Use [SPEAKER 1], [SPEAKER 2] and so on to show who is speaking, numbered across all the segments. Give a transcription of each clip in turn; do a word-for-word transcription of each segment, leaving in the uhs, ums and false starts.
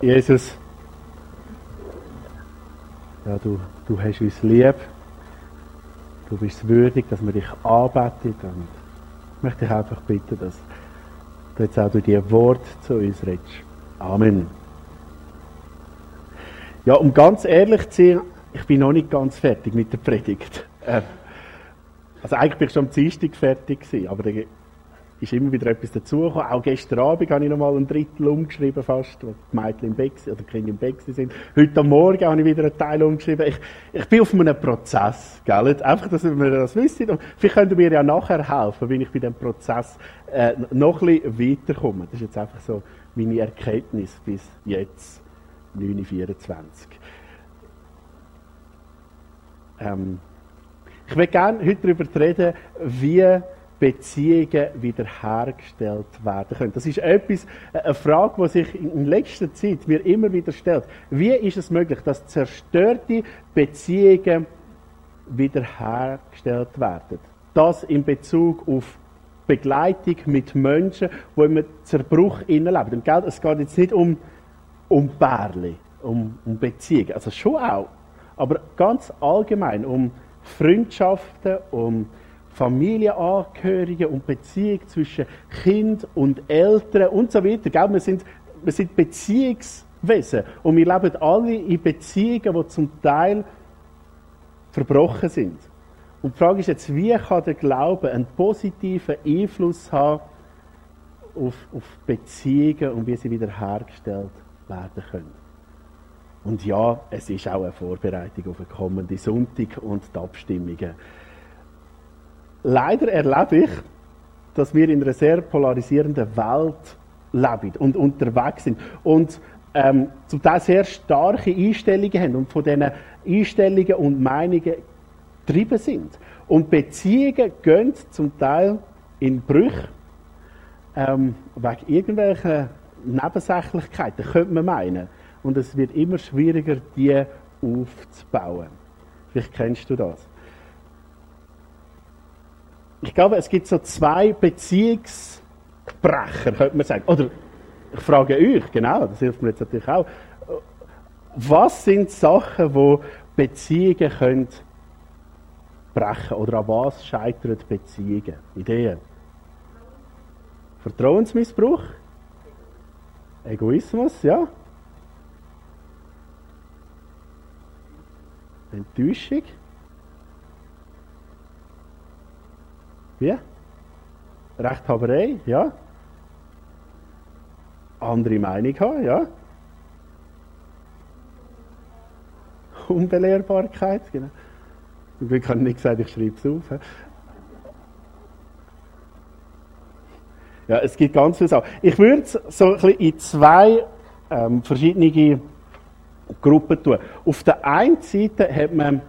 [SPEAKER 1] Jesus, ja, du, du hast uns lieb. Du bist würdig, dass wir dich anbeten. Und ich möchte dich einfach bitten, dass du jetzt auch durch die Worte zu uns redest. Amen. Ja, um ganz ehrlich zu sein, ich bin noch nicht ganz fertig mit der Predigt. Äh, also eigentlich bin ich schon am Dienstag fertig gewesen, aber da ist immer wieder etwas dazugekommen. Auch gestern Abend habe ich noch mal ein Drittel umgeschrieben fast, wo die Mädchen im Bett oder die Kinder im Bett sind. Heute am Morgen habe ich wieder einen Teil umgeschrieben. Ich, ich bin auf einem Prozess, gell? Einfach, dass wir das wissen. Und vielleicht könnt ihr mir ja nachher helfen, wenn ich bei diesem Prozess äh, noch ein bisschen weiterkomme. Das ist jetzt einfach so meine Erkenntnis bis jetzt, neun Uhr vierundzwanzig. Ähm, ich möchte gerne heute darüber reden, wie Beziehungen wiederhergestellt werden können. Das ist etwas, eine Frage, die sich in letzter Zeit mir immer wieder stellt. Wie ist es möglich, dass zerstörte Beziehungen wiederhergestellt werden? Das in Bezug auf Begleitung mit Menschen, die im Zerbruch leben. Und gell, es geht jetzt nicht um, um Pärchen, um, um Beziehungen, also schon auch, aber ganz allgemein um Freundschaften, um Familienangehörige und Beziehung zwischen Kind und Eltern und so weiter. Gell? Wir, sind, wir sind Beziehungswesen und wir leben alle in Beziehungen, die zum Teil verbrochen sind. Und die Frage ist jetzt, wie kann der Glaube einen positiven Einfluss haben auf, auf Beziehungen und wie sie wiederhergestellt werden können. Und ja, es ist auch eine Vorbereitung auf den kommenden Sonntag und die Abstimmungen. Leider erlebe ich, dass wir in einer sehr polarisierenden Welt leben und unterwegs sind und ähm, zum Teil sehr starke Einstellungen haben und von diesen Einstellungen und Meinungen getrieben sind. Und Beziehungen gehen zum Teil in Brüche ähm, wegen irgendwelchen Nebensächlichkeiten, könnte man meinen. Und es wird immer schwieriger, die aufzubauen. Vielleicht kennst du das. Ich glaube, es gibt so zwei Beziehungsbrecher, könnte man sagen. Oder ich frage euch, genau, das hilft mir jetzt natürlich auch. Was sind Sachen, wo Beziehungen können brechen? Oder an was scheitern Beziehungen? Ideen? Vertrauensmissbrauch? Egoismus, ja? Enttäuschung? Wie? Rechthaberei, ja. Andere Meinung haben, ja. Unbelehrbarkeit, genau. Ich habe nicht gesagt, ich schreibe es auf. Ja, es gibt ganz viele Sachen. Ich würde es so ein bisschen in zwei ähm, verschiedene Gruppen tun. Auf der einen Seite hat man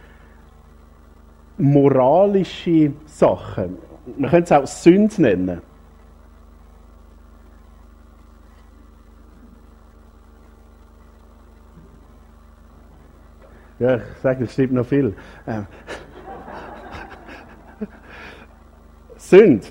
[SPEAKER 1] moralische Sachen. Man könnte es auch Sünde nennen. Ja, ich sage, es stimmt noch viel. Ähm. Sünde.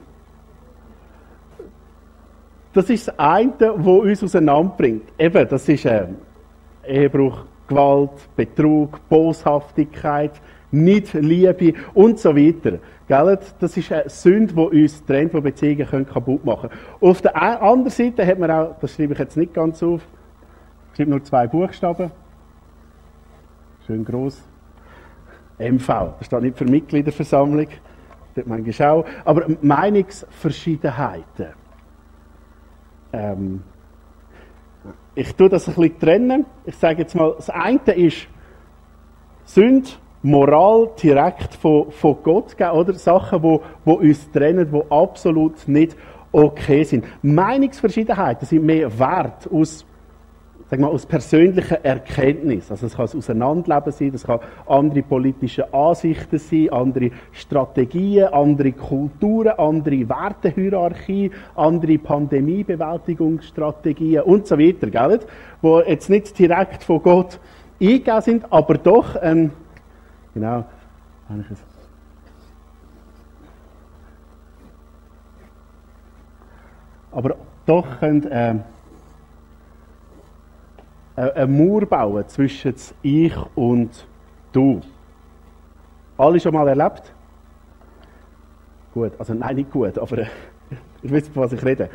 [SPEAKER 1] Das ist das eine, was uns auseinanderbringt. Eben, das ist äh, Ehebruch, Gewalt, Betrug, Boshaftigkeit, Nicht-Liebe und so weiter. Gell? Das ist eine Sünde, die uns trennt, die Beziehungen kaputt machen können. Auf der anderen Seite hat man auch, das schreibe ich jetzt nicht ganz auf, ich schreibe nur zwei Buchstaben. Schön gross. M V. Das steht nicht für Mitgliederversammlung. Das hat man geschaut. Aber Meinungsverschiedenheiten. Ähm, ich tue das ein bisschen trennen. Ich sage jetzt mal, das eine ist Sünde, Moral direkt von, von Gott geben, oder? Sachen, die, die uns trennen, die absolut nicht okay sind. Meinungsverschiedenheiten sind mehr wert aus, sag mal, aus persönlicher Erkenntnis. Also es kann ein Auseinanderleben sein, das kann andere politische Ansichten sein, andere Strategien, andere Kulturen, andere Wertehierarchie, andere Pandemiebewältigungsstrategien und so weiter, gell? Die jetzt nicht direkt von Gott eingegeben sind, aber doch ein Genau. Aber doch können, äh, eine Mauer bauen zwischen ich und du. Alle schon mal erlebt? Gut, also nein, nicht gut, aber ich weiß, von was ich rede.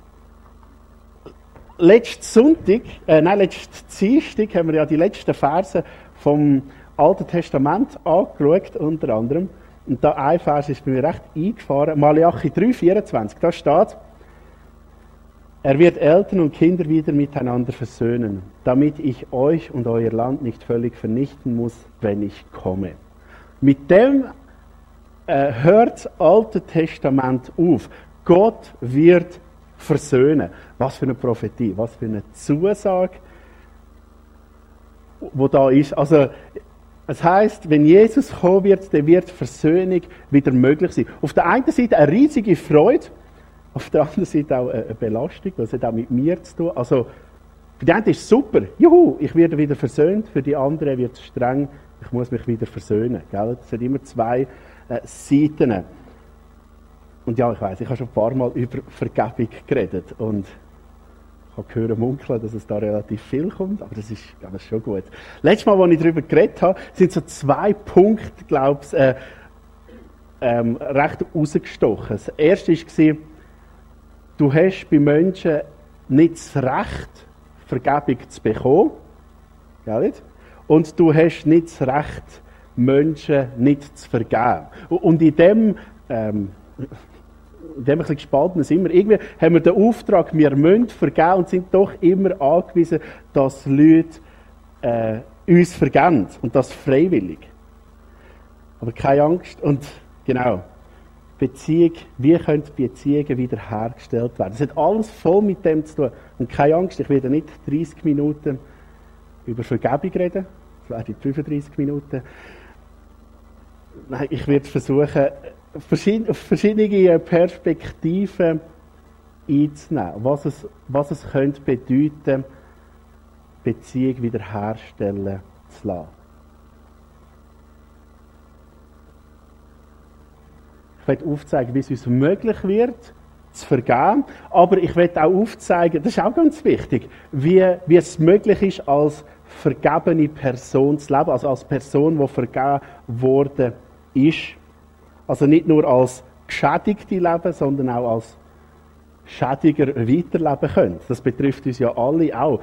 [SPEAKER 1] Letzten Sonntag, äh, nein, letzten Dienstag haben wir ja die letzten Verse vom Alten Testament angeschaut, unter anderem. Und da ein Vers ist bei mir recht eingefahren. Malachi drei, vierundzwanzig, da steht, er wird Eltern und Kinder wieder miteinander versöhnen, damit ich euch und euer Land nicht völlig vernichten muss, wenn ich komme. Mit dem äh, hört das Alte Testament auf. Gott wird versöhnen. Was für eine Prophetie, was für eine Zusage, wo da ist. Also, es heisst, wenn Jesus kommen wird, dann wird Versöhnung wieder möglich sein. Auf der einen Seite eine riesige Freude, auf der anderen Seite auch eine Belastung, das hat auch mit mir zu tun. Also, für die einen ist es super, juhu, ich werde wieder versöhnt, für die anderen wird es streng, ich muss mich wieder versöhnen. Gell? Es hat immer zwei äh, Seiten. Und ja, ich weiss, ich habe schon ein paar Mal über Vergebung geredet und ich habe gehört munkeln, dass es da relativ viel kommt, aber das ist, glaube ich, schon gut. Letztes Mal, als ich darüber geredet habe, sind so zwei Punkte, glaube ich, äh, ähm, recht rausgestochen. Das erste war, du hast bei Menschen nicht das Recht, Vergebung zu bekommen. Gell? Und du hast nicht das Recht, Menschen nicht zu vergeben. Und in dem, ähm, in dem ein bisschen gespalten sind wir. Irgendwie haben wir den Auftrag, wir müssen vergeben und sind doch immer angewiesen, dass Leute äh, uns vergeben. Und das freiwillig. Aber keine Angst. Und genau, Beziehung, wie können Beziehungen wiederhergestellt werden? Das hat alles voll mit dem zu tun. Und keine Angst, ich werde nicht dreißig Minuten über Vergebung reden. Das werden fünfunddreißig Minuten. Nein, ich werde versuchen, verschiedene, verschiedene Perspektiven einzunehmen. Was es, was es könnte bedeuten, Beziehung wiederherstellen zu lassen. Ich werde aufzeigen, wie es uns möglich wird, zu vergeben. Aber ich werde auch aufzeigen, das ist auch ganz wichtig, wie, wie es möglich ist, als vergebene Person zu leben. Also als Person, die vergeben worden ist. Also nicht nur als Geschädigte leben, sondern auch als Schädiger weiterleben können. Das betrifft uns ja alle auch.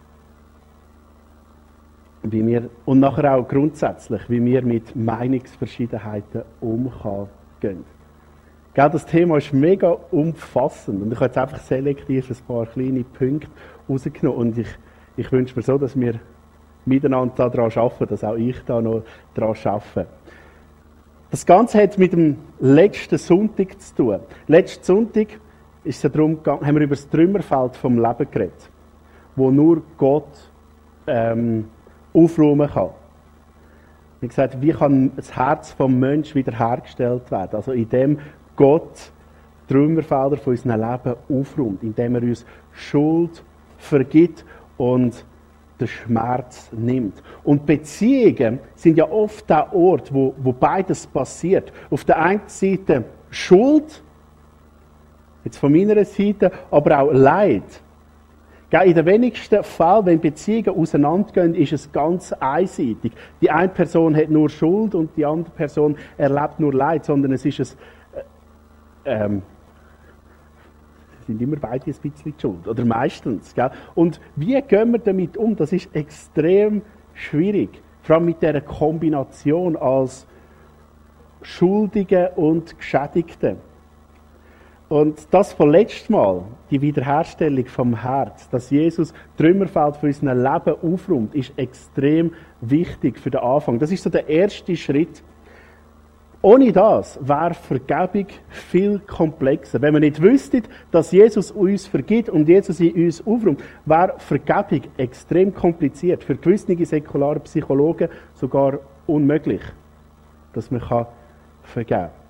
[SPEAKER 1] Wie wir, und nachher auch grundsätzlich, wie wir mit Meinungsverschiedenheiten umgehen. Gell, das Thema ist mega umfassend und ich habe jetzt einfach selektiv ein paar kleine Punkte rausgenommen und ich, ich wünsche mir so, dass wir miteinander daran arbeiten, dass auch ich da noch daran arbeite. Das Ganze hat mit dem letzten Sonntag zu tun. Letzten Sonntag ist es ja darum gegangen, haben wir über das Trümmerfeld vom Leben geredet, wo nur Gott ähm, aufräumen kann. Wie gesagt, wie kann das Herz des Menschen wiederhergestellt werden? Also indem Gott die Trümmerfelder von unserem Leben aufräumt, indem er uns Schuld vergibt und den Schmerz nimmt. Und Beziehungen sind ja oft der Ort, wo, wo beides passiert. Auf der einen Seite Schuld, jetzt von meiner Seite, aber auch Leid. In den wenigsten Fällen, wenn Beziehungen auseinandergehen, ist es ganz einseitig. Die eine Person hat nur Schuld und die andere Person erlebt nur Leid, sondern es ist es, äh, ähm, sind immer beide ein bisschen die Schuld, oder meistens. Gell? Und wie gehen wir damit um? Das ist extrem schwierig, vor allem mit dieser Kombination als Schuldige und Geschädigte. Und das von letztem Mal, die Wiederherstellung vom Herz, dass Jesus Trümmerfeld von unserem Leben aufräumt, ist extrem wichtig für den Anfang. Das ist so der erste Schritt. Ohne das wäre Vergebung viel komplexer. Wenn wir nicht wüssten, dass Jesus uns vergibt und Jesus in uns aufräumt, wäre Vergebung extrem kompliziert. Für gewisse säkulare Psychologen sogar unmöglich, dass man vergeben kann.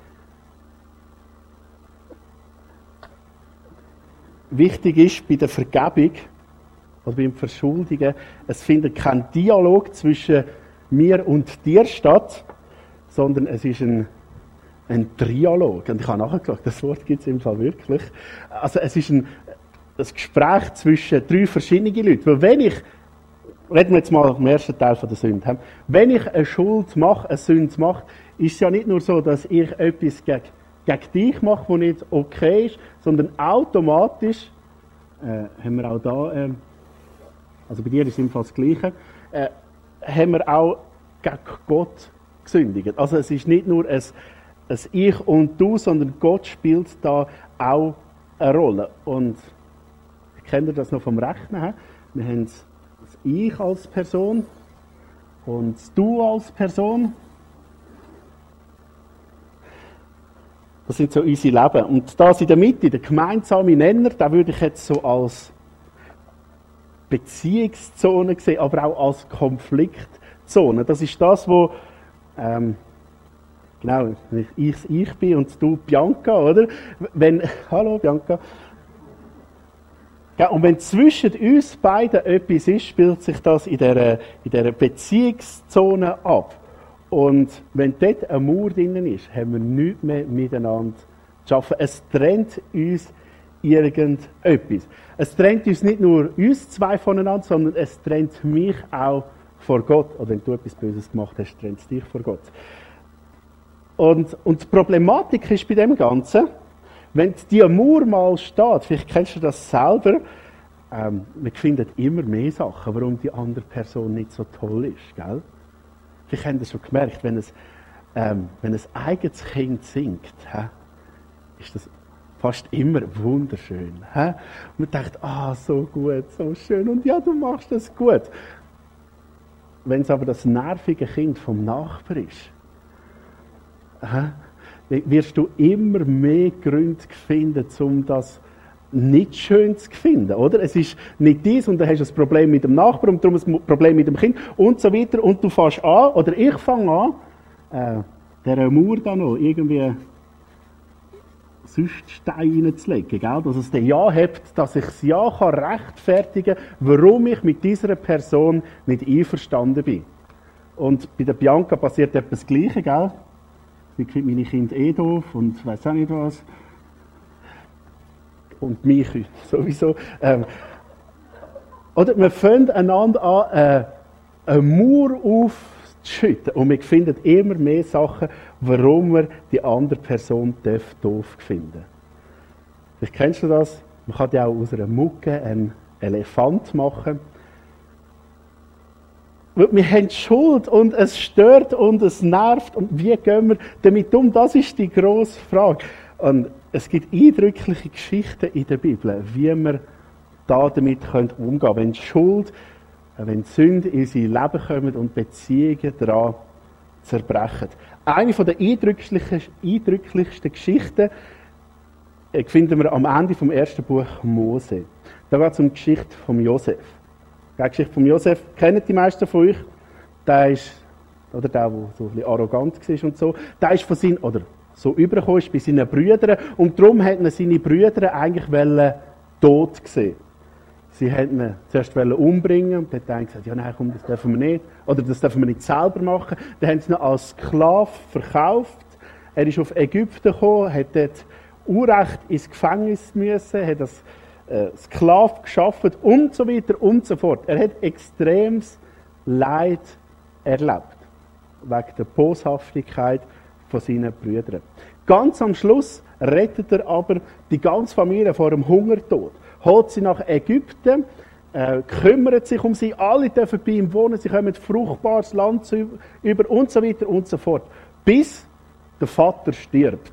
[SPEAKER 1] Wichtig ist bei der Vergebung oder beim Verschuldigen, es findet kein Dialog zwischen mir und dir statt, sondern es ist ein, ein Trialog. Und ich habe nachgeschaut, das Wort gibt es im Fall wirklich. Also es ist ein, ein Gespräch zwischen drei verschiedenen Leuten. Weil wenn ich reden wir jetzt mal im ersten Teil von der Sünde. Wenn ich eine Schuld mache, eine Sünde mache, ist es ja nicht nur so, dass ich etwas gegen, gegen dich mache, was nicht okay ist, sondern automatisch, äh, haben wir auch da, äh, also bei dir ist es jedenfalls das Gleiche, äh, haben wir auch gegen Gott gesündigt. Also es ist nicht nur ein, ein Ich und Du, sondern Gott spielt da auch eine Rolle. Und kennt ihr das noch vom Rechnen her? Wir haben das Ich als Person und das Du als Person. Das sind so unsere Leben. Und das in der Mitte, der gemeinsame Nenner, den würde ich jetzt so als Beziehungszone sehen, aber auch als Konfliktzone. Das ist das, wo ähm, genau, wenn ich ich bin und du Bianca, oder? Wenn, hallo Bianca. Ja, und wenn zwischen uns beiden etwas ist, spielt sich das in dieser, in dieser Beziehungszone ab. Und wenn dort ein Mauer drin ist, haben wir nichts mehr miteinander zu schaffen. Es trennt uns irgendetwas. Es trennt uns nicht nur uns zwei voneinander, sondern es trennt mich auch vor Gott. Oder wenn du etwas Böses gemacht hast, trennt es dich vor Gott. Und, und die Problematik ist bei dem Ganzen, wenn die Mauer mal steht, vielleicht kennst du das selber, ähm, wir finden immer mehr Sachen, warum die andere Person nicht so toll ist, gell? Vielleicht habt ihr schon gemerkt, wenn es, ähm, wenn ein eigenes Kind singt, hä, ist das fast immer wunderschön. Hä? Und man denkt, ah, so gut, so schön, und ja, du machst das gut. Wenn es aber das nervige Kind vom Nachbar ist, hä, wirst du immer mehr Gründe finden, um das nicht schön zu finden, oder? Es ist nicht dies und dann hast du ein Problem mit dem Nachbarn und darum ein Problem mit dem Kind und so weiter und du fängst an, oder ich fange an, äh, dieser Mauer da noch irgendwie sonst Steine reinzulegen, gell? Dass es den Ja hat, dass ich das Ja kann rechtfertigen kann, warum ich mit dieser Person nicht einverstanden bin. Und bei der Bianca passiert etwas Gleiches, gell? Sie findet meine Kinder eh doof und weiss auch nicht was. Und mich sowieso. Ähm, oder wir fangen einander an, äh, eine Mauer aufzuschütten. Und wir finden immer mehr Sachen, warum wir die andere Person doof finden. Vielleicht kennst du das. Man kann ja auch aus einer Mucke einen Elefant machen. Wir haben Schuld und es stört und es nervt. Und wie gehen wir damit um? Das ist die grosse Frage. Und es gibt eindrückliche Geschichten in der Bibel, wie wir da damit umgehen können. Wenn Schuld, wenn Sünde in unser Leben kommen und Beziehungen daran zerbrechen. Eine der eindrücklichsten, eindrücklichsten Geschichten finden wir am Ende vom ersten Buch Mose. Da geht es um die Geschichte von Josef. Die Geschichte von Josef kennen die meisten von euch. Der ist, oder der, der so ein bisschen arrogant war und so, der ist von seinen, oder so übergekommen ist bei seinen Brüdern und darum wollten ihn seine Brüder eigentlich tot sehen. Sie wollten ihn zuerst umbringen und dann haben sie gesagt, ja nein, komm, das dürfen wir nicht, oder das dürfen wir nicht selber machen. Dann haben sie ihn als Sklave verkauft. Er ist auf Ägypten gekommen, hat dort Unrecht ins Gefängnis müssen, hat als äh, Sklave gearbeitet und so weiter und so fort. Er hat extremes Leid erlebt, wegen der Boshaftigkeit von seinen Brüdern. Ganz am Schluss rettet er aber die ganze Familie vor dem Hungertod. Holt sie nach Ägypten, äh, kümmert sich um sie, alle dürfen bei ihm wohnen, sie kommen fruchtbares Land zu, über und so weiter und so fort. Bis der Vater stirbt.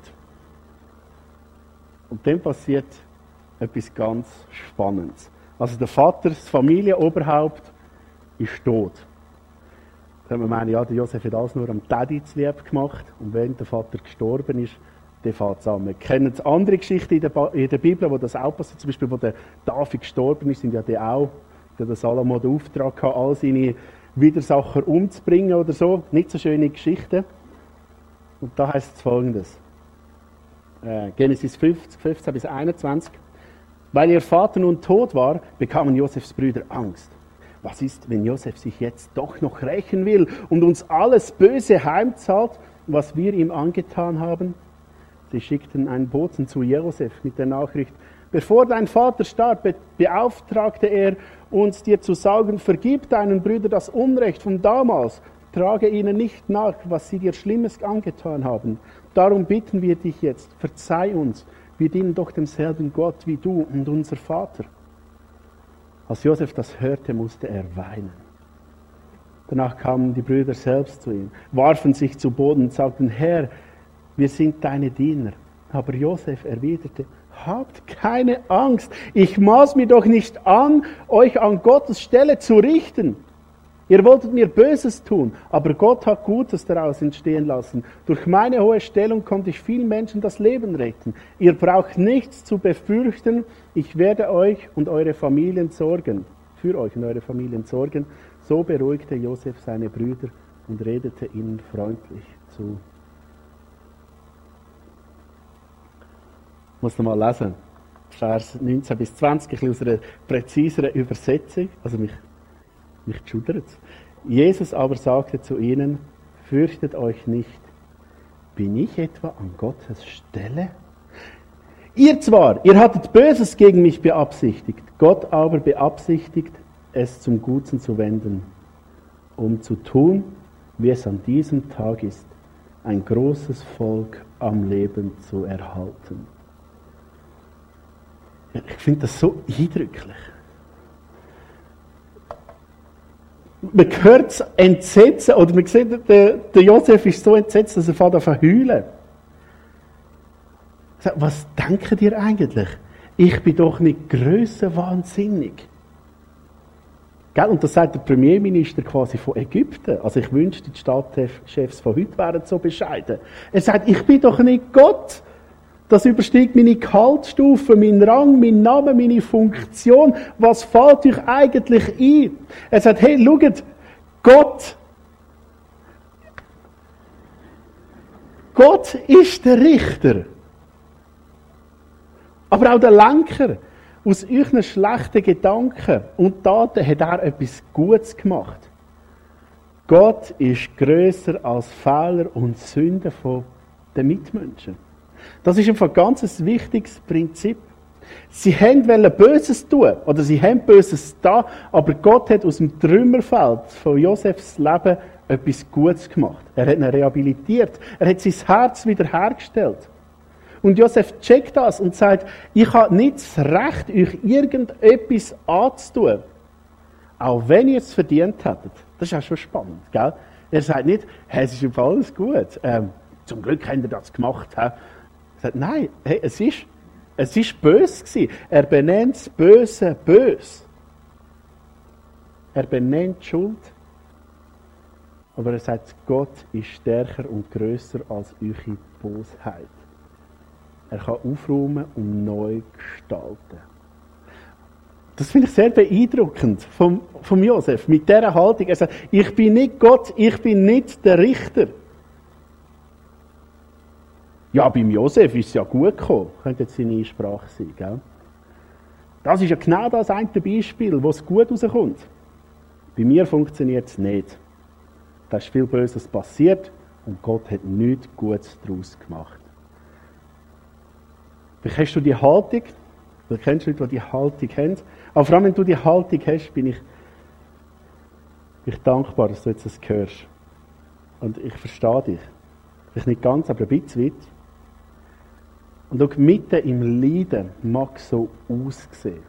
[SPEAKER 1] Und dann passiert etwas ganz Spannendes. Also der Vater, das Familienoberhaupt, ist tot. Da können wir meinen, ja, der Josef hat alles nur am Daddy zu lieb gemacht. Und wenn der Vater gestorben ist, dann fängt es an. Wir kennen andere Geschichten in der, ba- in der Bibel, wo das auch passiert. Zum Beispiel, wo der David gestorben ist, sind ja die auch, der Salomo den Auftrag hatte, all seine Widersacher umzubringen oder so. Nicht so schöne Geschichten. Und da heißt es Folgendes. Äh, Genesis fünfzig, fünfzehn bis einundzwanzig. Weil ihr Vater nun tot war, bekamen Josefs Brüder Angst. Was ist, wenn Josef sich jetzt doch noch rächen will und uns alles Böse heimzahlt, was wir ihm angetan haben? Sie schickten einen Boten zu Josef mit der Nachricht, Bevor dein Vater starb, be- beauftragte er uns, dir zu sagen, vergib deinen Brüdern das Unrecht von damals, trage ihnen nicht nach, was sie dir Schlimmes angetan haben. Darum bitten wir dich jetzt, verzeih uns, wir dienen doch demselben Gott wie du und unser Vater. Als Josef das hörte, musste er weinen. Danach kamen die Brüder selbst zu ihm, warfen sich zu Boden und sagten, Herr, wir sind deine Diener. Aber Josef erwiderte, habt keine Angst, ich maß mir doch nicht an, euch an Gottes Stelle zu richten. Ihr wolltet mir Böses tun, aber Gott hat Gutes daraus entstehen lassen. Durch meine hohe Stellung konnte ich vielen Menschen das Leben retten. Ihr braucht nichts zu befürchten, ich werde euch und eure Familien sorgen, für euch und eure Familien sorgen. So beruhigte Josef seine Brüder und redete ihnen freundlich zu. Ich muss nochmal lesen. Vers neunzehn bis zwanzig, ein bisschen aus einer präziseren Übersetzung. Also mich, mich schudert es. Jesus aber sagte zu ihnen, fürchtet euch nicht. Bin ich etwa an Gottes Stelle? Ihr zwar, ihr hattet Böses gegen mich beabsichtigt, Gott aber beabsichtigt, es zum Guten zu wenden, um zu tun, wie es an diesem Tag ist, ein großes Volk am Leben zu erhalten. Ich finde das so eindrücklich. Man hört das Entsetzen, oder man sieht, der, der Josef ist so entsetzt, dass er fängt an zu heulen. Was denkt ihr eigentlich? Ich bin doch nicht grössenwahnsinnig. Gell? Und das sagt der Premierminister quasi von Ägypten. Also ich wünschte, die Stadtchefs von heute wären so bescheiden. Er sagt, ich bin doch nicht Gott. Das übersteigt meine Gehaltsstufe, mein Rang, mein Name, meine Funktion. Was fällt euch eigentlich ein? Er sagt, hey, schaut, Gott, Gott ist der Richter. Aber auch der Lenker. Aus euren schlechten Gedanken und Taten hat er etwas Gutes gemacht. Gott ist grösser als Fehler und Sünden von den Mitmenschen. Das ist ein ganz wichtiges Prinzip. Sie wollten Böses tun, oder sie haben Böses da, aber Gott hat aus dem Trümmerfeld von Josefs Leben etwas Gutes gemacht. Er hat ihn rehabilitiert, er hat sein Herz wiederhergestellt. Und Josef checkt das und sagt, ich habe nicht das Recht, euch irgendetwas anzutun, auch wenn ihr es verdient hättet. Das ist auch schon spannend, gell? Er sagt nicht, hey, es ist im Fall alles gut, ähm, zum Glück habt ihr das gemacht. He? Er sagt, nein, hey, es ist, es ist böse gewesen. Er benennt das Böse böse. Er benennt Schuld. Aber er sagt, Gott ist stärker und grösser als eure Bosheit. Er kann aufräumen und neu gestalten. Das finde ich sehr beeindruckend vom, vom Josef, mit dieser Haltung. Er sagt, ich bin nicht Gott, ich bin nicht der Richter. Ja, beim Josef ist es ja gut gekommen, könnte jetzt seine Einsprache sein. Gell? Das ist ja genau das eine Beispiel, wo es gut rauskommt. Bei mir funktioniert es nicht. Da ist viel Böses passiert und Gott hat nichts Gutes daraus gemacht. Vielleicht hast du die Haltung, du kennst Leute, die die Haltung haben, aber vor allem, wenn du die Haltung hast, bin ich, bin ich dankbar, dass du jetzt das hörst. Und ich verstehe dich. Vielleicht nicht ganz, aber ein bisschen weit. Und schau, mitten im Leiden mag so aussehen.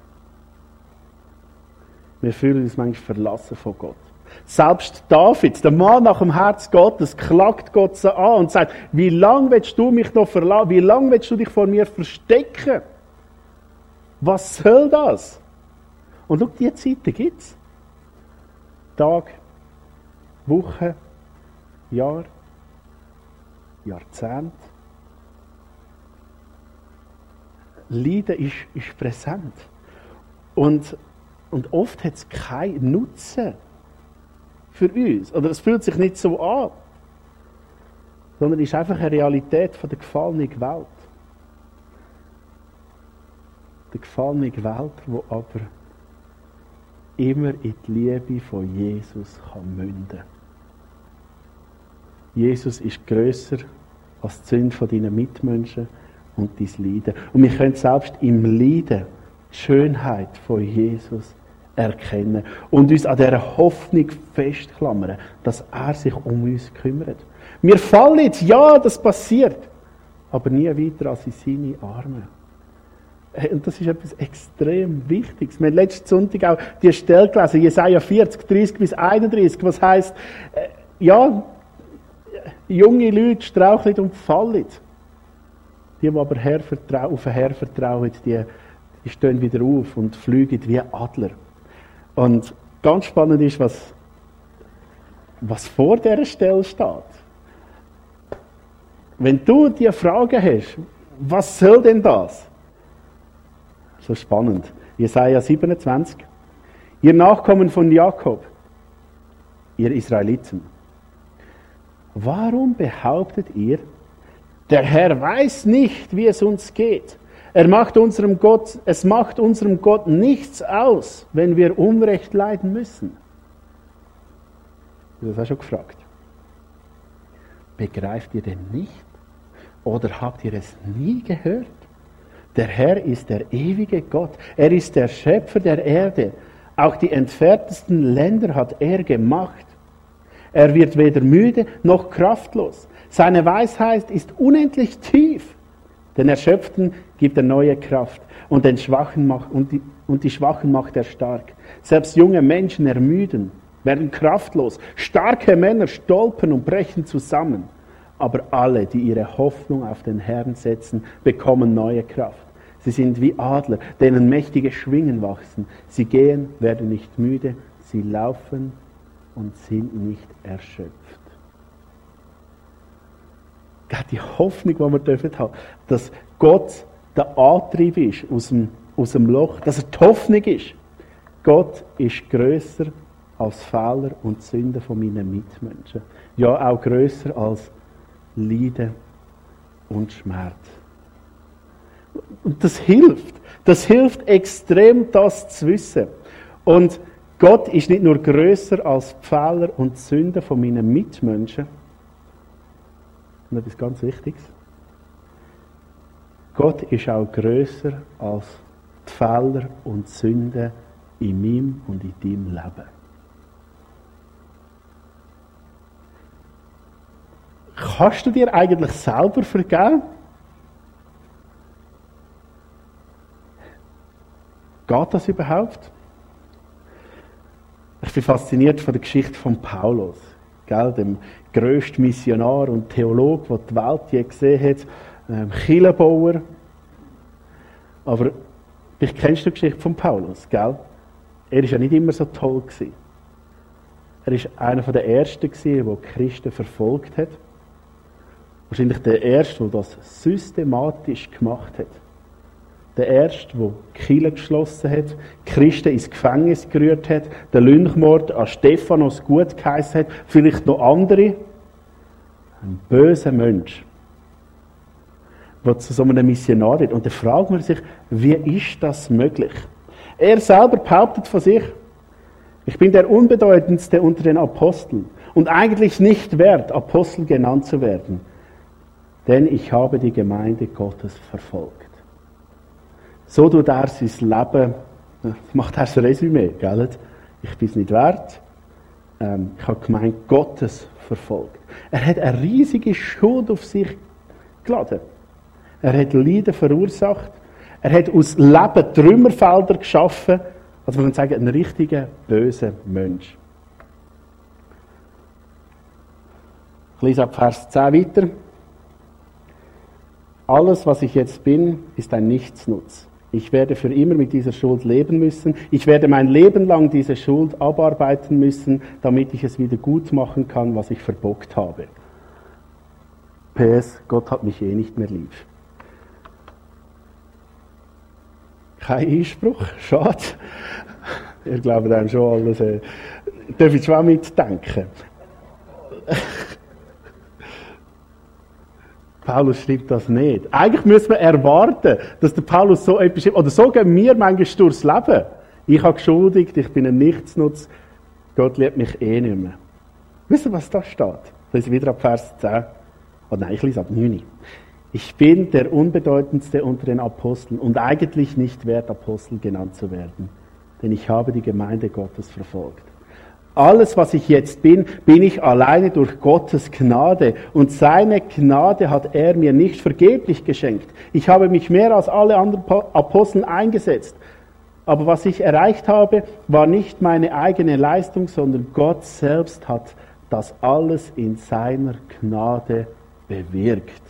[SPEAKER 1] Wir fühlen uns manchmal verlassen von Gott. Selbst David, der Mann nach dem Herz Gottes, klagt Gott so an und sagt, wie lange willst du mich noch verlassen? Wie lange willst du dich vor mir verstecken? Was soll das? Und schau, diese Zeiten gibt es. Tag, Woche, Jahr, Jahrzehnt. Leiden ist, ist präsent. Und, und oft hat es keinen Nutzen für uns. Oder es fühlt sich nicht so an. Sondern es ist einfach eine Realität von der gefallenen Welt. Die gefallene Welt, die aber immer in die Liebe von Jesus kann münden. Jesus ist grösser als die Sünde von deinen Mitmenschen und dein Leiden. Und wir können selbst im Leiden die Schönheit von Jesus erkennen und uns an dieser Hoffnung festklammern, dass er sich um uns kümmert. Wir fallen jetzt, ja, das passiert, aber nie weiter als in seine Arme. Und das ist etwas extrem Wichtiges. Wir haben letzten Sonntag auch die Stelle gelesen, Jesaja vierzig, dreißig bis einunddreißig, was heisst, äh, ja, junge Leute straucheln und fallen. Die, die aber Herr vertrauen, auf den Herr vertrauen, die, die stehen wieder auf und fliegen wie Adler. Und ganz spannend ist, was, was vor dieser Stelle steht. Wenn du die Frage hast, was soll denn das? So spannend. Jesaja siebenundzwanzig. Ihr Nachkommen von Jakob, ihr Israeliten. Warum behauptet ihr, der Herr weiß nicht, wie es uns geht? Er macht unserem Gott, es macht unserem Gott nichts aus, wenn wir Unrecht leiden müssen. Du hast auch schon gefragt. Begreift ihr denn nicht? Oder habt ihr es nie gehört? Der Herr ist der ewige Gott. Er ist der Schöpfer der Erde. Auch die entferntesten Länder hat er gemacht. Er wird weder müde noch kraftlos. Seine Weisheit ist unendlich tief. Den Erschöpften gibt er neue Kraft und, den Schwachen macht, und, die, und die Schwachen macht er stark. Selbst junge Menschen ermüden, werden kraftlos. Starke Männer stolpern und brechen zusammen. Aber alle, die ihre Hoffnung auf den Herrn setzen, bekommen neue Kraft. Sie sind wie Adler, denen mächtige Schwingen wachsen. Sie gehen, werden nicht müde, sie laufen und sind nicht erschöpft. Die Hoffnung, die wir dürfen haben, dass Gott der Antrieb ist aus dem, aus dem Loch, dass er die Hoffnung ist. Gott ist grösser als Fehler und Sünden von meinen Mitmenschen. Ja, auch grösser als Leiden und Schmerz. Und das hilft. Das hilft extrem, das zu wissen. Und Gott ist nicht nur grösser als die Fehler und Sünden von meinen Mitmenschen. Und etwas ganz Wichtiges. Gott ist auch grösser als die Fehler und Sünden in meinem und in deinem Leben. Kannst du dir eigentlich selber vergeben? Geht das überhaupt? Ich bin fasziniert von der Geschichte von Paulus, gell, dem grössten Missionar und Theologe, der die Welt je gesehen hat, ähm, Kirchenbauer. Aber vielleicht kennst du die Geschichte von Paulus, gell? Er war ja nicht immer so toll gewesen. Er war einer der Ersten, der die Christen verfolgt hat. Wahrscheinlich der Erste, der das systematisch gemacht hat. Der Erste, der die Kirche geschlossen hat, Christen ins Gefängnis gerührt hat, den Lynchmord an Stephanos gut geheissen hat, vielleicht noch andere. Ein böser Mensch, der zu so einem Missionar wird. Und da fragt man sich, wie ist das möglich? Er selber behauptet von sich, ich bin der Unbedeutendste unter den Aposteln und eigentlich nicht wert, Apostel genannt zu werden, denn ich habe die Gemeinde Gottes verfolgt. So tut er sein Leben, macht er ein Resümee, gell? Ich bin es nicht wert, ähm, ich habe die Gemeinde Gottes verfolgt. Er hat eine riesige Schuld auf sich geladen. Er hat Leiden verursacht. Er hat aus Leben Trümmerfelder geschaffen. Also man kann sagen, ein richtiger, böser Mensch. Ich lese ab Vers zehn weiter. Alles, was ich jetzt bin, ist ein Nichtsnutz. Ich werde für immer mit dieser Schuld leben müssen. Ich werde mein Leben lang diese Schuld abarbeiten müssen, damit ich es wieder gut machen kann, was ich verbockt habe. P S, Gott hat mich eh nicht mehr lieb. Kein Einspruch, schade. Ihr glaubt einem schon alles. Äh, darf ich schon mitdenken? Paulus schreibt das nicht. Eigentlich müssen wir erwarten, dass der Paulus so etwas schreibt. Oder so gehen wir manchmal durchs Leben. Ich habe geschuldigt, ich bin ein Nichtsnutz. Gott liebt mich eh nicht mehr. Wisst ihr, was da steht? Ich lese wieder ab Vers zehn. Oh nein, ich lese ab neun. Ich bin der Unbedeutendste unter den Aposteln und eigentlich nicht wert, Apostel genannt zu werden, denn ich habe die Gemeinde Gottes verfolgt. Alles, was ich jetzt bin, bin ich alleine durch Gottes Gnade. Und seine Gnade hat er mir nicht vergeblich geschenkt. Ich habe mich mehr als alle anderen Aposteln eingesetzt. Aber was ich erreicht habe, war nicht meine eigene Leistung, sondern Gott selbst hat das alles in seiner Gnade bewirkt.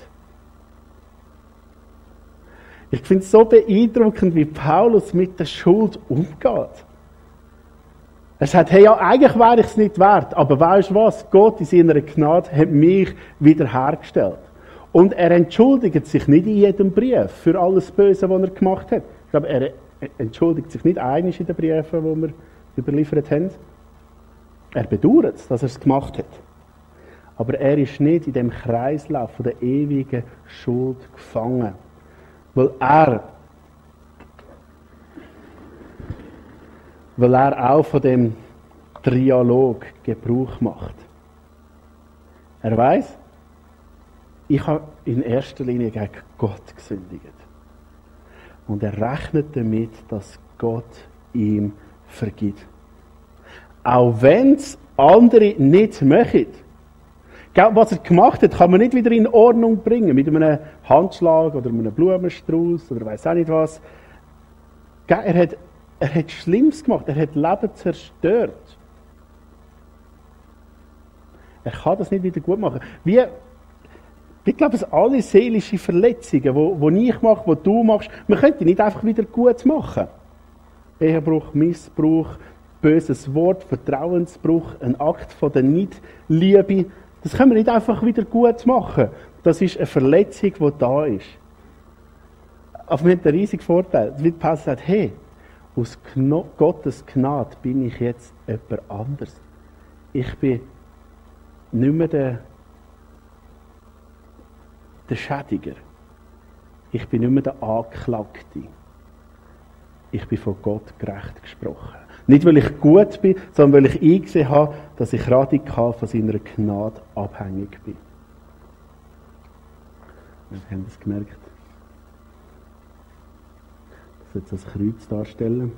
[SPEAKER 1] Ich finde es so beeindruckend, wie Paulus mit der Schuld umgeht. Er sagt, hey, ja, eigentlich wäre ich es nicht wert, aber weißt du was? Gott in seiner Gnade hat mich wiederhergestellt. Und er entschuldigt sich nicht in jedem Brief für alles Böse, was er gemacht hat. Ich glaube, er entschuldigt sich nicht einig in den Briefen, die wir überliefert haben. Er bedauert es, dass er es gemacht hat. Aber er ist nicht in dem Kreislauf von der ewigen Schuld gefangen. Weil er weil er auch von dem Trialog Gebrauch macht. Er weiß, ich habe in erster Linie gegen Gott gesündigt. Und er rechnet damit, dass Gott ihm vergibt. Auch wenn es andere nicht möchten. Was er gemacht hat, kann man nicht wieder in Ordnung bringen. Mit einem Handschlag oder einem Blumenstrauß oder weiss auch nicht was. Er hat Er hat Schlimmes gemacht, er hat Leben zerstört. Er kann das nicht wieder gut machen. Wie, ich glaube, es alle seelische Verletzungen, die die ich mache, die du machst, man könnte nicht einfach wieder gut machen. Ehebruch, Missbrauch, böses Wort, Vertrauensbruch, ein Akt von der Nicht-Liebe, das können wir nicht einfach wieder gut machen. Das ist eine Verletzung, die da ist. Aber wir haben einen riesigen Vorteil. Wie Paulus sagt, hey, aus Gottes Gnade bin ich jetzt jemand anders. Ich bin nicht mehr der, der Schädiger. Ich bin nicht mehr der Anklagte. Ich bin von Gott gerecht gesprochen. Nicht, weil ich gut bin, sondern weil ich eingesehen habe, dass ich radikal von seiner Gnade abhängig bin. Wir haben das gemerkt. Ich jetzt das Kreuz darstellen.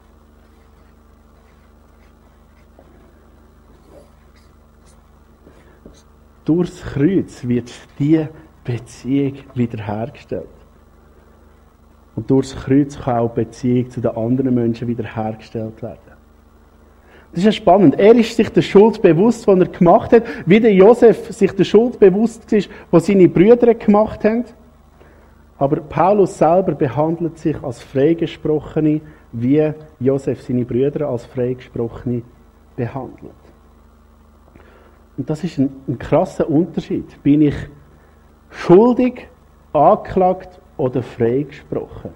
[SPEAKER 1] Durchs Kreuz wird diese Beziehung wiederhergestellt. Und durchs Kreuz kann auch die Beziehung zu den anderen Menschen wiederhergestellt werden. Das ist ja spannend. Er ist sich der Schuld bewusst, die er gemacht hat, wie der Josef sich der Schuld bewusst ist, was seine Brüder gemacht haben. Aber Paulus selber behandelt sich als Freigesprochene, wie Josef seine Brüder als Freigesprochene behandelt. Und das ist ein, ein krasser Unterschied. Bin ich schuldig, angeklagt oder freigesprochen?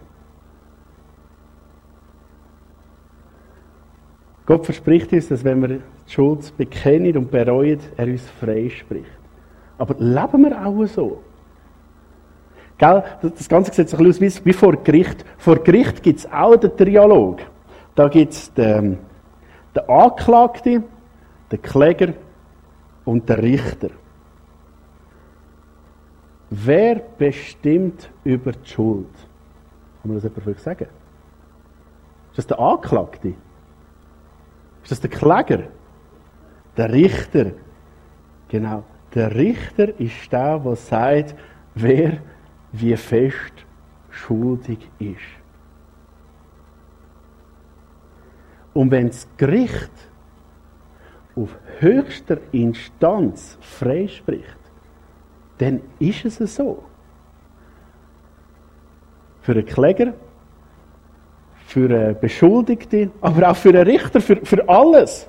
[SPEAKER 1] Gott verspricht uns, dass wenn wir die Schuld bekennen und bereuen, er uns freispricht. Aber leben wir auch so? Gell? Das Ganze sieht so ein bisschen aus wie vor Gericht. Vor Gericht gibt es auch den Trialog. Da gibt es den, den Anklagten, den Kläger und den Richter. Wer bestimmt über die Schuld? Kann man das jemand sagen? Ist das der Anklagte? Ist das der Kläger? Der Richter? Genau. Der Richter ist der, der sagt, wer wie fest schuldig ist. Und wenn das Gericht auf höchster Instanz freispricht, dann ist es so. Für einen Kläger, für einen Beschuldigten, aber auch für einen Richter, für, für alles.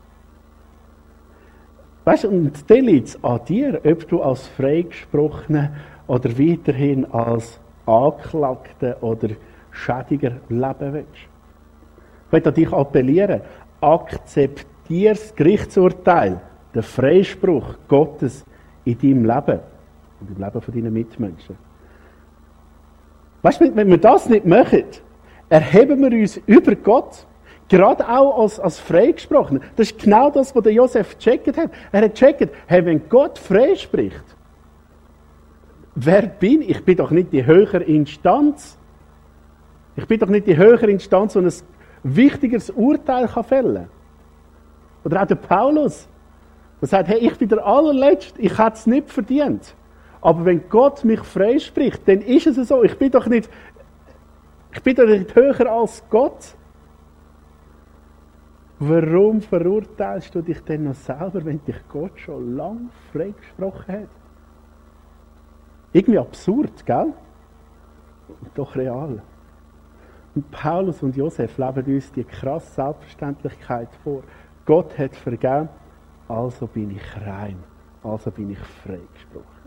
[SPEAKER 1] Weißt du, und dann liegt es an dir, ob du als Freigesprochener oder weiterhin als Anklagter oder Schädiger leben willst. Ich möchte an dich appellieren, akzeptiere das Gerichtsurteil, den Freispruch Gottes in deinem Leben und im Leben deiner Mitmenschen. Weißt du, wenn wir das nicht machen, erheben wir uns über Gott. Gerade auch als, als Freigesprochener. Das ist genau das, was der Josef gecheckt hat. Er hat gecheckt, hey, wenn Gott freispricht, wer bin ich? Ich bin doch nicht die höhere Instanz. Ich bin doch nicht die höhere Instanz, die ein wichtigeres Urteil kann fällen kann. Oder auch der Paulus, der sagt, hey, ich bin der Allerletzte, ich hätte es nicht verdient. Aber wenn Gott mich freispricht, dann ist es so. Ich bin doch nicht, ich bin doch nicht höher als Gott. Warum verurteilst du dich denn noch selber, wenn dich Gott schon lange freigesprochen hat? Irgendwie absurd, gell? Doch real. Und Paulus und Josef leben uns die krasse Selbstverständlichkeit vor. Gott hat vergeben, also bin ich rein, also bin ich freigesprochen.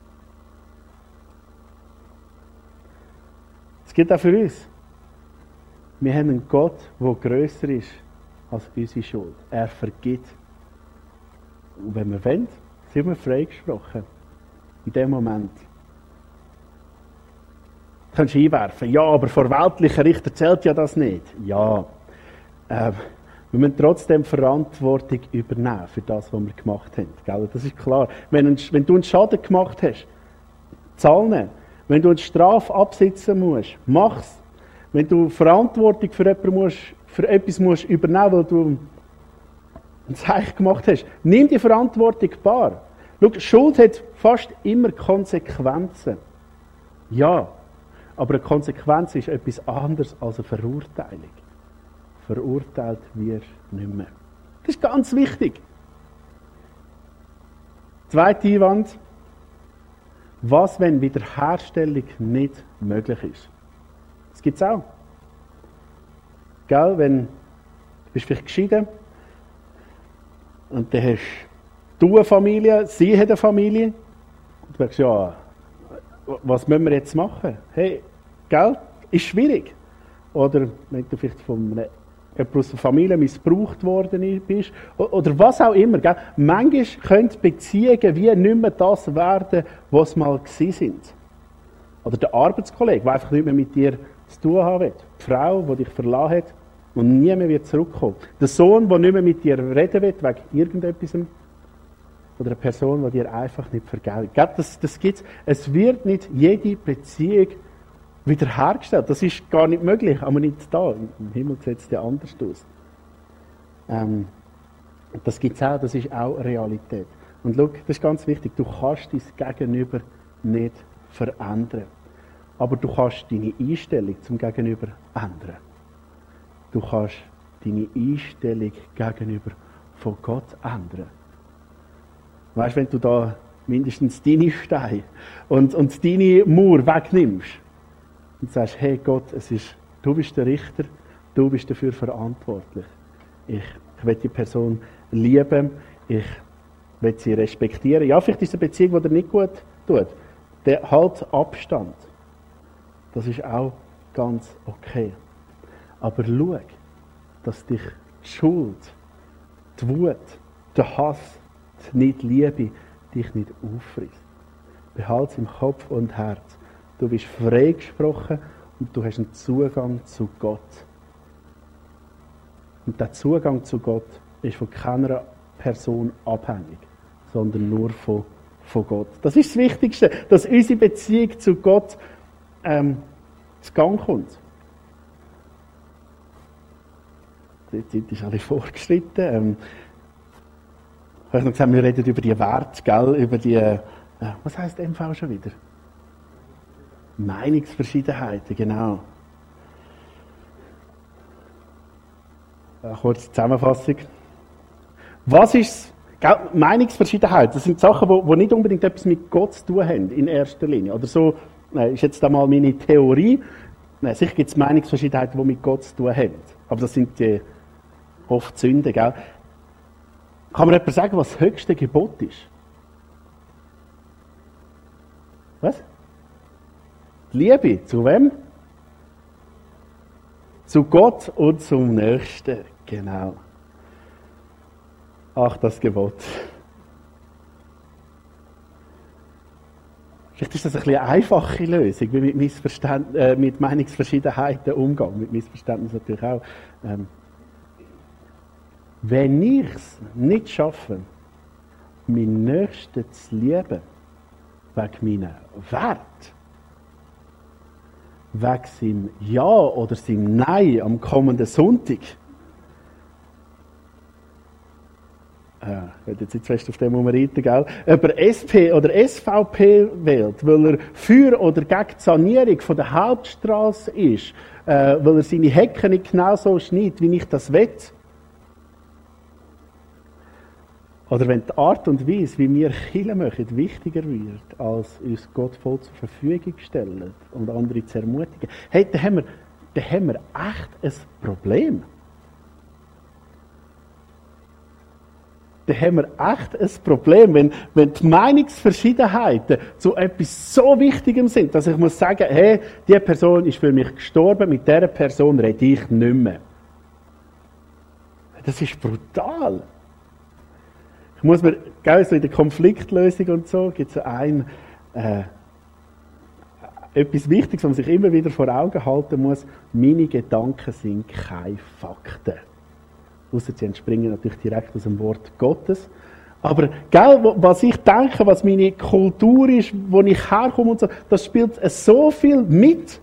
[SPEAKER 1] Es gilt auch für uns. Wir haben einen Gott, der grösser ist als unsere Schuld. Er vergibt. Und wenn wir wollen, sind wir freigesprochen. In dem Moment. Du kannst einwerfen, ja, aber vor weltlichen Richter zählt ja das nicht. Ja. Äh, wir müssen trotzdem Verantwortung übernehmen für das, was wir gemacht haben. Gell? Das ist klar. Wenn, ein, wenn du einen Schaden gemacht hast, zahl. Wenn du eine Strafe absitzen musst, mach's. Wenn du Verantwortung für, jemanden musst, für etwas musst übernehmen, weil du ein Zeichen gemacht hast, nimm die Verantwortung wahr. Schau, Schuld hat fast immer Konsequenzen. Ja, aber eine Konsequenz ist etwas anderes als eine Verurteilung. Verurteilt wirst du nicht mehr. Das ist ganz wichtig. Zweiter Einwand. Was, wenn Wiederherstellung nicht möglich ist? Das gibt es auch. Gell, wenn du bist vielleicht geschieden und dann hast du eine Familie, sie hat eine Familie und du denkst, ja, was müssen wir jetzt machen? Hey, gell, ist schwierig. Oder wenn du vielleicht von einer, aus der Familie missbraucht worden bist oder was auch immer. Gell? Manchmal können Beziehungen wie nicht mehr das werden, was sie mal gewesen sind. Oder der Arbeitskollege, der einfach nicht mehr mit dir zu tun haben will. Die Frau, die dich verlassen hat und nie mehr zurückkommen wird. Der Sohn, der nicht mehr mit dir reden will, wegen irgendetwas. Oder eine Person, die dir einfach nicht vergibt. Das, das gibt's. Es wird nicht jede Beziehung wiederhergestellt. Das ist gar nicht möglich, aber nicht da. Im Himmel sieht es ja anders aus. Ähm, das gibt es auch, das ist auch Realität. Und schau, das ist ganz wichtig, du kannst dein Gegenüber nicht verändern. Aber du kannst deine Einstellung zum Gegenüber ändern. Du kannst deine Einstellung gegenüber von Gott ändern. Weißt du, wenn du da mindestens deine Steine und, und deine Mauer wegnimmst, und sagst, hey Gott, es ist, du bist der Richter, du bist dafür verantwortlich. Ich, ich will die Person lieben, ich will sie respektieren. Ja, vielleicht ist es eine Beziehung, die dir nicht gut tut. Der halt Abstand. Das ist auch ganz okay. Aber schau, dass dich die Schuld, die Wut, der Hass, die Nicht-Liebe dich nicht auffrisst. Behalte es im Kopf und Herz. Du bist freigesprochen und du hast einen Zugang zu Gott. Und der Zugang zu Gott ist von keiner Person abhängig, sondern nur von, von Gott. Das ist das Wichtigste, dass unsere Beziehung zu Gott ähm, zu Gang kommt. Die Zeit ist alle vorgeschritten. Ähm, ich habe noch gesagt, wir reden über die Werte, gell? Über die, äh, was heisst M V schon wieder? Meinungsverschiedenheiten, genau. Eine kurze Zusammenfassung. Was ist gell, Meinungsverschiedenheit? Das sind Sachen, die nicht unbedingt etwas mit Gott zu tun haben, in erster Linie. Oder so äh, ist jetzt einmal meine Theorie. Nein, sicher gibt es Meinungsverschiedenheiten, die mit Gott zu tun haben. Aber das sind die oft Sünden. Gell? Kann mir jemand sagen, was das höchste Gebot ist? Was? Die Liebe. Zu wem? Zu Gott und zum Nächsten. Genau. Ach, das Gebot. Vielleicht ist das ein bisschen eine einfache Lösung, wie mit, Missverständ äh, mit Meinungsverschiedenheiten umgehen. Mit Missverständnissen natürlich auch. Ähm, wenn ich es nicht schaffe, meinen Nächsten zu lieben, wegen meinen Wert. Wegen seinem Ja oder seinem Nein am kommenden Sonntag. Äh, ich will jetzt nicht fest auf dem umreiten, gell? Ob er S P oder S V P wählt, weil er für oder gegen die Sanierung von der Hauptstraße ist, äh, weil er seine Hecken nicht genau so schneidet, wie ich das will. Oder wenn die Art und Weise, wie wir Kirche machen, wichtiger wird, als uns Gott voll zur Verfügung stellen und andere zu ermutigen, hey, dann haben wir, dann haben wir echt ein Problem. Dann haben wir echt ein Problem, wenn, wenn die Meinungsverschiedenheiten zu etwas so Wichtigem sind, dass ich muss sagen, hey, diese Person ist für mich gestorben, mit dieser Person rede ich nicht mehr. Das ist brutal. Ich muss mir, gell, so in der Konfliktlösung und so, gibt es so ein, äh, etwas Wichtiges, was man sich immer wieder vor Augen halten muss. Meine Gedanken sind keine Fakten. Ausser sie entspringen natürlich direkt aus dem Wort Gottes. Aber, gell, was ich denke, was meine Kultur ist, wo ich herkomme und so, das spielt so viel mit.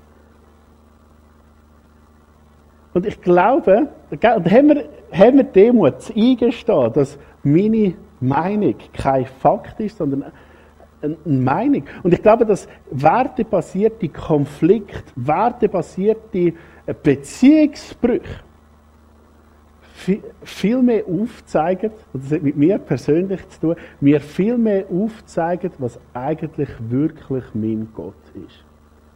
[SPEAKER 1] Und ich glaube, gell, da haben wir, haben wir Demut zu eingestehen, dass meine Meinung kein Fakt ist, sondern eine Meinung. Und ich glaube, dass wertebasierte Konflikte, wertebasierte Beziehungsbrüche viel mehr aufzeigen, und das hat mit mir persönlich zu tun, mir viel mehr aufzeigen, was eigentlich wirklich mein Gott ist.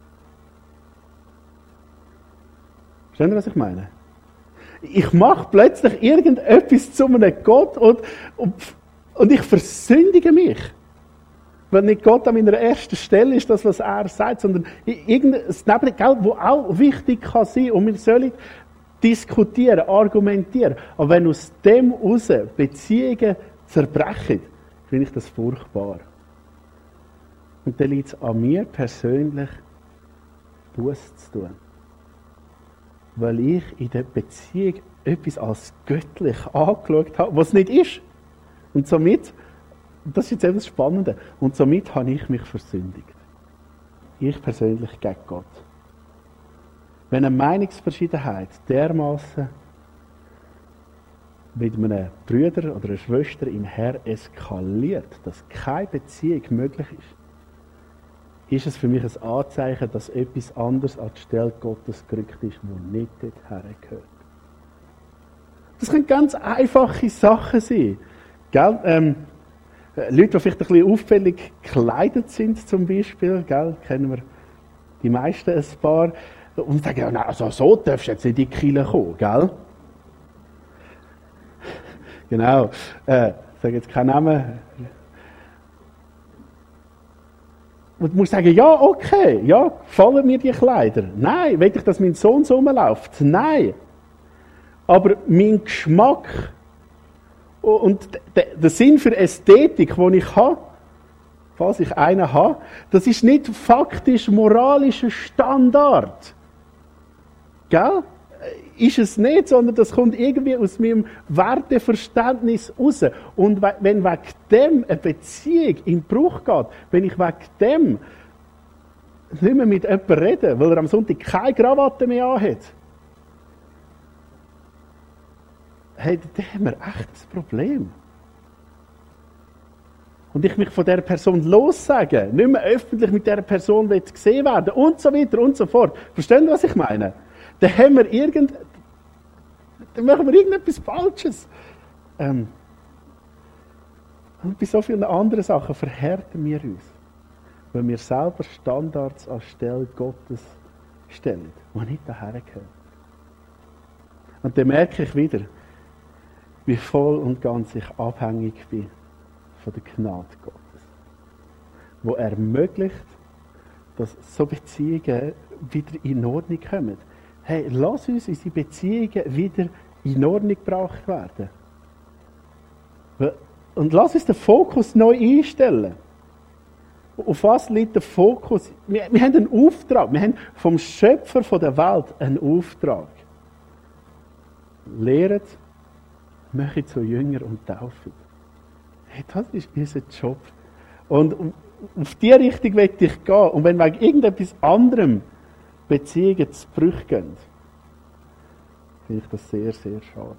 [SPEAKER 1] Verstehen Sie, was ich meine? Ich mache plötzlich irgendetwas zu einem Gott und, und, und ich versündige mich. Weil nicht Gott an meiner ersten Stelle ist, das, was er sagt, sondern irgendein Nebengefühl, das auch wichtig kann sein. Und wir sollen diskutieren, argumentieren. Aber wenn aus dem heraus Beziehungen zerbrechen, finde ich das furchtbar. Und dann liegt es an mir persönlich, Buße zu tun. Weil ich in der Beziehung etwas als göttlich angeschaut habe, was nicht ist. Und somit, das ist jetzt eben das Spannende, und somit habe ich mich versündigt. Ich persönlich gegen Gott. Wenn eine Meinungsverschiedenheit dermaßen mit einem Bruder oder einer Schwester im Herrn eskaliert, dass keine Beziehung möglich ist, ist es für mich ein Anzeichen, dass etwas anderes an die Stelle Gottes gerückt ist, das nicht dorthin gehört. Das können ganz einfache Sachen sein. Gell? Ähm, Leute, die vielleicht ein bisschen auffällig gekleidet sind, zum Beispiel, gell? Kennen wir die meisten ein paar, und sagen, ja, nein, also so darfst du jetzt nicht in die Kirche kommen, gell? Genau. Äh, ich sage jetzt keinen Namen. Und du musst sagen, ja, okay, ja, gefallen mir die Kleider? Nein. Will ich, dass mein Sohn so rumläuft? Nein. Aber mein Geschmack und der Sinn für Ästhetik, den ich habe, falls ich einen habe, das ist nicht faktisch moralischer Standard. Gell? Ist es nicht, sondern das kommt irgendwie aus meinem Werteverständnis raus. Und wenn wegen dem eine Beziehung in Bruch geht, wenn ich wegen dem nicht mehr mit jemandem rede, weil er am Sonntag keine Krawatte mehr anhat, hey, dann haben wir echt ein Problem. Und ich mich von dieser Person lossage, nicht mehr öffentlich mit dieser Person gesehen werden und so weiter und so fort. Verstehen Sie, was ich meine? Dann haben wir irgend, dann machen wir irgendetwas Falsches. Ähm, und bei so vielen anderen Sachen verhärten wir uns, weil wir selber Standards anstelle Gottes stellen, die nicht daher gehören. Und dann merke ich wieder, wie voll und ganz ich abhängig bin von der Gnade Gottes, wo ermöglicht, dass so Beziehungen wieder in Ordnung kommen. Hey, lass uns unsere Beziehungen wieder in Ordnung gebracht werden. Und lass uns den Fokus neu einstellen. Auf was liegt der Fokus? Wir, wir haben einen Auftrag. Wir haben vom Schöpfer der Welt einen Auftrag. Lehret, mache zu Jünger und taufen. Hey, das ist unser Job. Und auf die Richtung will ich gehen. Und wenn wegen irgendetwas anderem Beziehungen zu Brüche gehen, finde ich das sehr, sehr schade.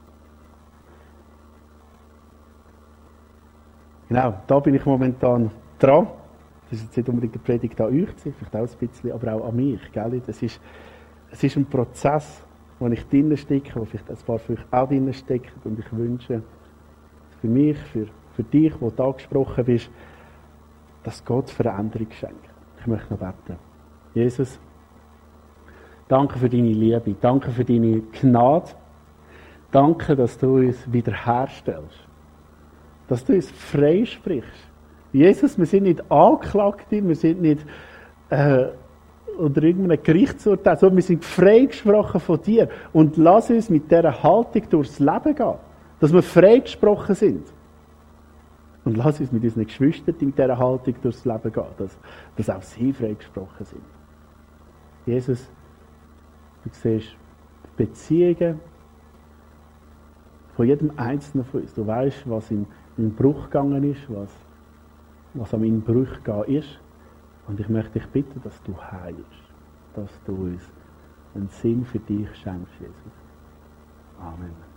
[SPEAKER 1] Genau, da bin ich momentan dran. Das ist jetzt nicht unbedingt eine Predigt an euch, vielleicht auch ein bisschen, aber auch an mich. Gell? Das ist, es ist ein Prozess, wo ich drinnen stecke, wo vielleicht ein paar von euch auch drinnen stecken. Und ich wünsche für mich, für, für dich, wo du angesprochen bist, dass Gott Veränderung schenkt. Ich möchte noch beten. Jesus, danke für deine Liebe, danke für deine Gnade, danke, dass du uns wiederherstellst, dass du uns freisprichst. Jesus, wir sind nicht Angeklagte, wir sind nicht äh, unter irgendeinem Gerichtsurteil, sondern wir sind freigesprochen von dir. Und lass uns mit dieser Haltung durchs Leben gehen, dass wir freigesprochen sind. Und lass uns mit unseren Geschwistern mit dieser Haltung durchs Leben gehen, dass, dass auch sie freigesprochen sind. Jesus, du siehst Beziehungen von jedem Einzelnen von uns. Du weißt, was in, in Bruch gegangen ist, was, was an meinen Bruch gegangen ist. Und ich möchte dich bitten, dass du heilst, dass du uns einen Sinn für dich schenkst, Jesus. Amen.